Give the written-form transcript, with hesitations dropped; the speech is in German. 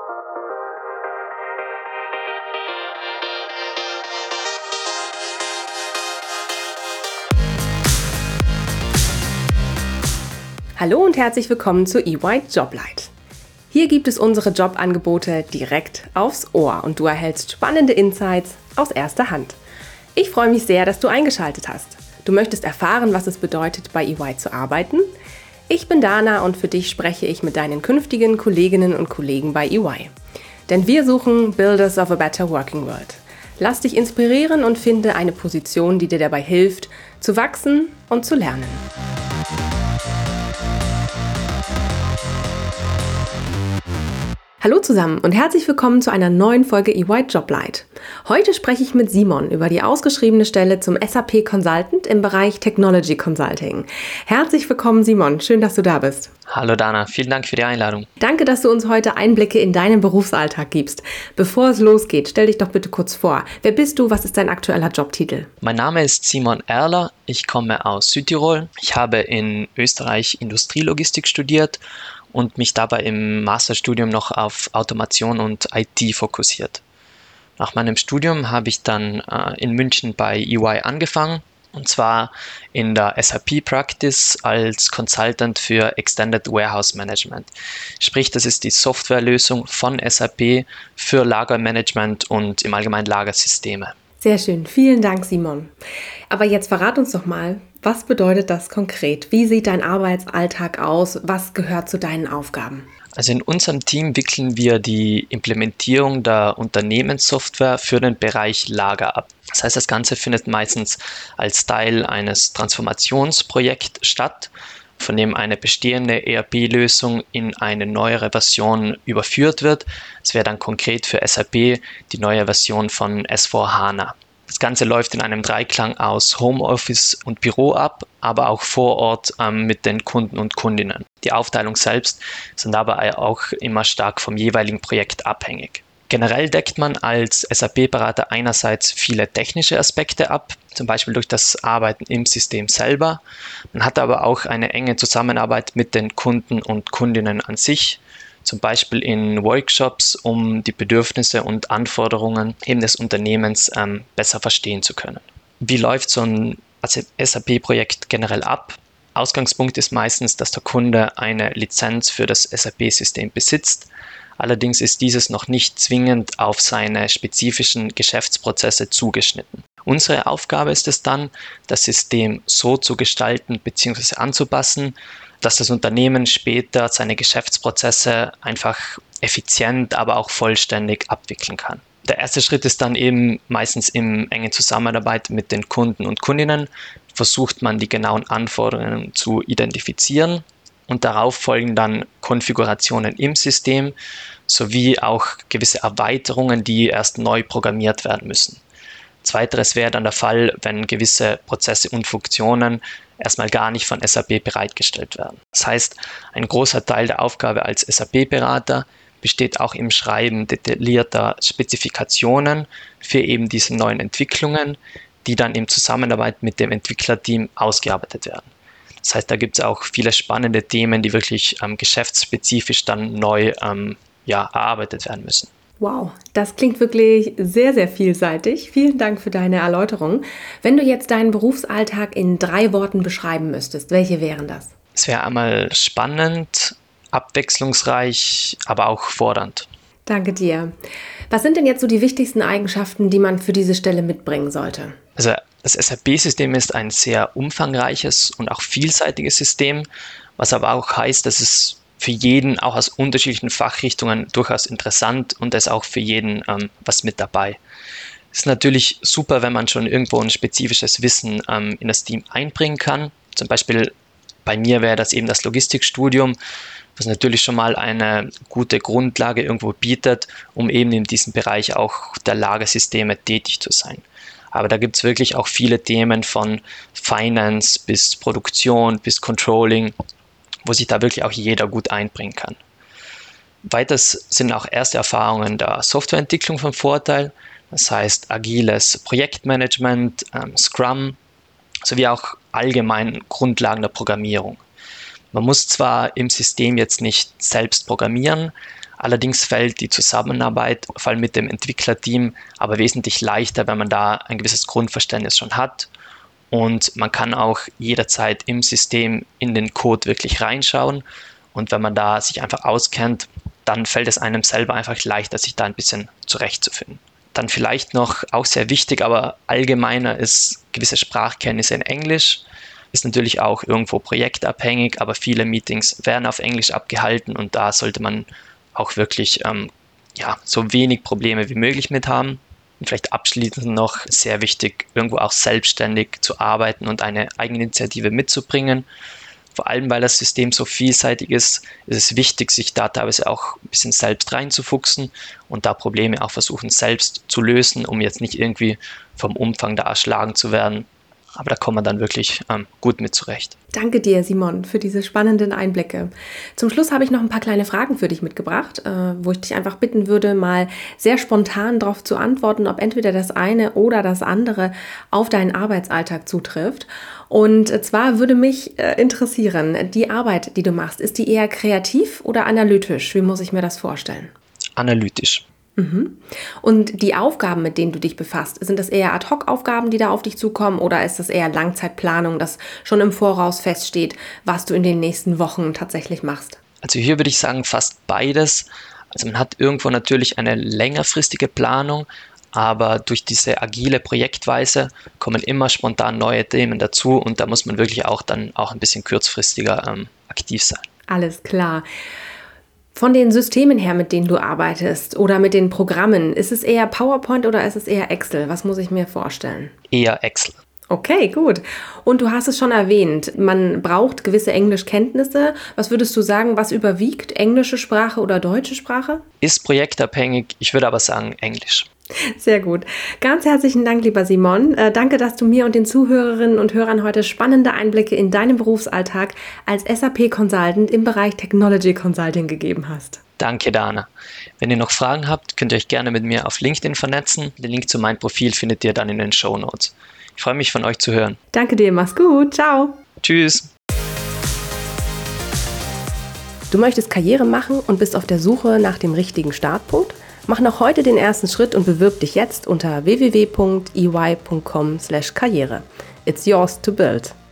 Hallo und herzlich willkommen zu EY Joblight. Hier gibt es unsere Jobangebote direkt aufs Ohr und du erhältst spannende Insights aus erster Hand. Ich freue mich sehr, dass du eingeschaltet hast. Du möchtest erfahren, was es bedeutet, bei EY zu arbeiten? Ich bin Dana und für dich spreche ich mit deinen künftigen Kolleginnen und Kollegen bei EY. Denn wir suchen Builders of a Better Working World. Lass dich inspirieren und finde eine Position, die dir dabei hilft, zu wachsen und zu lernen. Hallo zusammen und herzlich willkommen zu einer neuen Folge EY Joblight. Heute spreche ich mit Simon über die ausgeschriebene Stelle zum SAP Consultant im Bereich Technology Consulting. Herzlich willkommen Simon, schön, dass du da bist. Hallo Dana, vielen Dank für die Einladung. Danke, dass du uns heute Einblicke in deinen Berufsalltag gibst. Bevor es losgeht, stell dich doch bitte kurz vor. Wer bist du, was ist dein aktueller Jobtitel? Mein Name ist Simon Erler, ich komme aus Südtirol. Ich habe in Österreich Industrielogistik studiert und mich dabei im Masterstudium noch auf Automation und IT fokussiert. Nach meinem Studium habe ich dann in München bei EY angefangen, und zwar in der SAP Practice als Consultant für Extended Warehouse Management. Sprich, das ist die Softwarelösung von SAP für Lagermanagement und im Allgemeinen Lagersysteme. Sehr schön, vielen Dank Simon. Aber jetzt verrat uns doch mal, was bedeutet das konkret? Wie sieht dein Arbeitsalltag aus? Was gehört zu deinen Aufgaben? Also in unserem Team wickeln wir die Implementierung der Unternehmenssoftware für den Bereich Lager ab. Das heißt, das Ganze findet meistens als Teil eines Transformationsprojekts statt, von dem eine bestehende ERP-Lösung in eine neuere Version überführt wird. Es wäre dann konkret für SAP die neue Version von S/4HANA. Das Ganze läuft in einem Dreiklang aus Homeoffice und Büro ab, aber auch vor Ort mit den Kunden und Kundinnen. Die Aufteilung selbst sind aber auch immer stark vom jeweiligen Projekt abhängig. Generell deckt man als SAP-Berater einerseits viele technische Aspekte ab, zum Beispiel durch das Arbeiten im System selber. Man hat aber auch eine enge Zusammenarbeit mit den Kunden und Kundinnen an sich, zum Beispiel in Workshops, um die Bedürfnisse und Anforderungen eben des Unternehmens besser verstehen zu können. Wie läuft so ein SAP-Projekt generell ab? Ausgangspunkt ist meistens, dass der Kunde eine Lizenz für das SAP-System besitzt. Allerdings ist dieses noch nicht zwingend auf seine spezifischen Geschäftsprozesse zugeschnitten. Unsere Aufgabe ist es dann, das System so zu gestalten bzw. anzupassen, dass das Unternehmen später seine Geschäftsprozesse einfach effizient, aber auch vollständig abwickeln kann. Der erste Schritt ist dann eben meistens in engen Zusammenarbeit mit den Kunden und Kundinnen, versucht man die genauen Anforderungen zu identifizieren und darauf folgen dann Konfigurationen im System sowie auch gewisse Erweiterungen, die erst neu programmiert werden müssen. Zweiteres wäre dann der Fall, wenn gewisse Prozesse und Funktionen erstmal gar nicht von SAP bereitgestellt werden. Das heißt, ein großer Teil der Aufgabe als SAP-Berater besteht auch im Schreiben detaillierter Spezifikationen für eben diese neuen Entwicklungen, die dann in Zusammenarbeit mit dem Entwicklerteam ausgearbeitet werden. Das heißt, da gibt es auch viele spannende Themen, die wirklich geschäftsspezifisch dann neu erarbeitet werden müssen. Wow, das klingt wirklich sehr, sehr vielseitig. Vielen Dank für deine Erläuterung. Wenn du jetzt deinen Berufsalltag in 3 Worten beschreiben müsstest, welche wären das? Es wäre einmal spannend, abwechslungsreich, aber auch fordernd. Danke dir. Was sind denn jetzt so die wichtigsten Eigenschaften, die man für diese Stelle mitbringen sollte? Also das SAP-System ist ein sehr umfangreiches und auch vielseitiges System, was aber auch heißt, dass es für jeden auch aus unterschiedlichen Fachrichtungen durchaus interessant und da ist auch für jeden was mit dabei. Es ist natürlich super, wenn man schon irgendwo ein spezifisches Wissen in das Team einbringen kann. Zum Beispiel bei mir wäre das eben das Logistikstudium, was natürlich schon mal eine gute Grundlage irgendwo bietet, um eben in diesem Bereich auch der Lagersysteme tätig zu sein. Aber da gibt es wirklich auch viele Themen von Finance bis Produktion bis Controlling, wo sich da wirklich auch jeder gut einbringen kann. Weiters sind auch erste Erfahrungen der Softwareentwicklung von Vorteil, das heißt agiles Projektmanagement, Scrum, sowie auch allgemein Grundlagen der Programmierung. Man muss zwar im System jetzt nicht selbst programmieren, Allerdings fällt die Zusammenarbeit, vor allem mit dem Entwicklerteam, aber wesentlich leichter, wenn man da ein gewisses Grundverständnis schon hat. Und man kann auch jederzeit im System in den Code wirklich reinschauen. Und wenn man da sich einfach auskennt, dann fällt es einem selber einfach leichter, sich da ein bisschen zurechtzufinden. Dann vielleicht noch, auch sehr wichtig, aber allgemeiner ist gewisse Sprachkenntnisse in Englisch. Ist natürlich auch irgendwo projektabhängig, aber viele Meetings werden auf Englisch abgehalten und da sollte man auch wirklich so wenig Probleme wie möglich mit haben. Und vielleicht abschließend noch sehr wichtig, irgendwo auch selbstständig zu arbeiten und eine Eigeninitiative mitzubringen. Vor allem, weil das System so vielseitig ist, ist es wichtig, sich da teilweise auch ein bisschen selbst reinzufuchsen und da Probleme auch versuchen selbst zu lösen, um jetzt nicht irgendwie vom Umfang da erschlagen zu werden. Aber da kommt man dann wirklich gut mit zurecht. Danke dir, Simon, für diese spannenden Einblicke. Zum Schluss habe ich noch ein paar kleine Fragen für dich mitgebracht, wo ich dich einfach bitten würde, mal sehr spontan darauf zu antworten, ob entweder das eine oder das andere auf deinen Arbeitsalltag zutrifft. Und zwar würde mich interessieren, die Arbeit, die du machst, ist die eher kreativ oder analytisch? Wie muss ich mir das vorstellen? Analytisch. Mhm. Und die Aufgaben, mit denen du dich befasst, sind das eher Ad-hoc-Aufgaben, die da auf dich zukommen, oder ist das eher Langzeitplanung, dass schon im Voraus feststeht, was du in den nächsten Wochen tatsächlich machst? Also hier würde ich sagen, fast beides. Also man hat irgendwo natürlich eine längerfristige Planung, aber durch diese agile Projektweise kommen immer spontan neue Themen dazu und da muss man wirklich auch dann auch ein bisschen kurzfristiger aktiv sein. Alles klar. Von den Systemen her, mit denen du arbeitest oder mit den Programmen, ist es eher PowerPoint oder ist es eher Excel? Was muss ich mir vorstellen? Eher Excel. Okay, gut. Und du hast es schon erwähnt, man braucht gewisse Englischkenntnisse. Was würdest du sagen, was überwiegt, englische Sprache oder deutsche Sprache? Ist projektabhängig, ich würde aber sagen Englisch. Sehr gut. Ganz herzlichen Dank, lieber Simon. Danke, dass du mir und den Zuhörerinnen und Hörern heute spannende Einblicke in deinen Berufsalltag als SAP-Consultant im Bereich Technology Consulting gegeben hast. Danke, Dana. Wenn ihr noch Fragen habt, könnt ihr euch gerne mit mir auf LinkedIn vernetzen. Den Link zu meinem Profil findet ihr dann in den Shownotes. Ich freue mich, von euch zu hören. Danke dir, mach's gut. Ciao. Tschüss. Du möchtest Karriere machen und bist auf der Suche nach dem richtigen Startpunkt? Mach noch heute den ersten Schritt und bewirb dich jetzt unter www.ey.com/karriere. It's yours to build.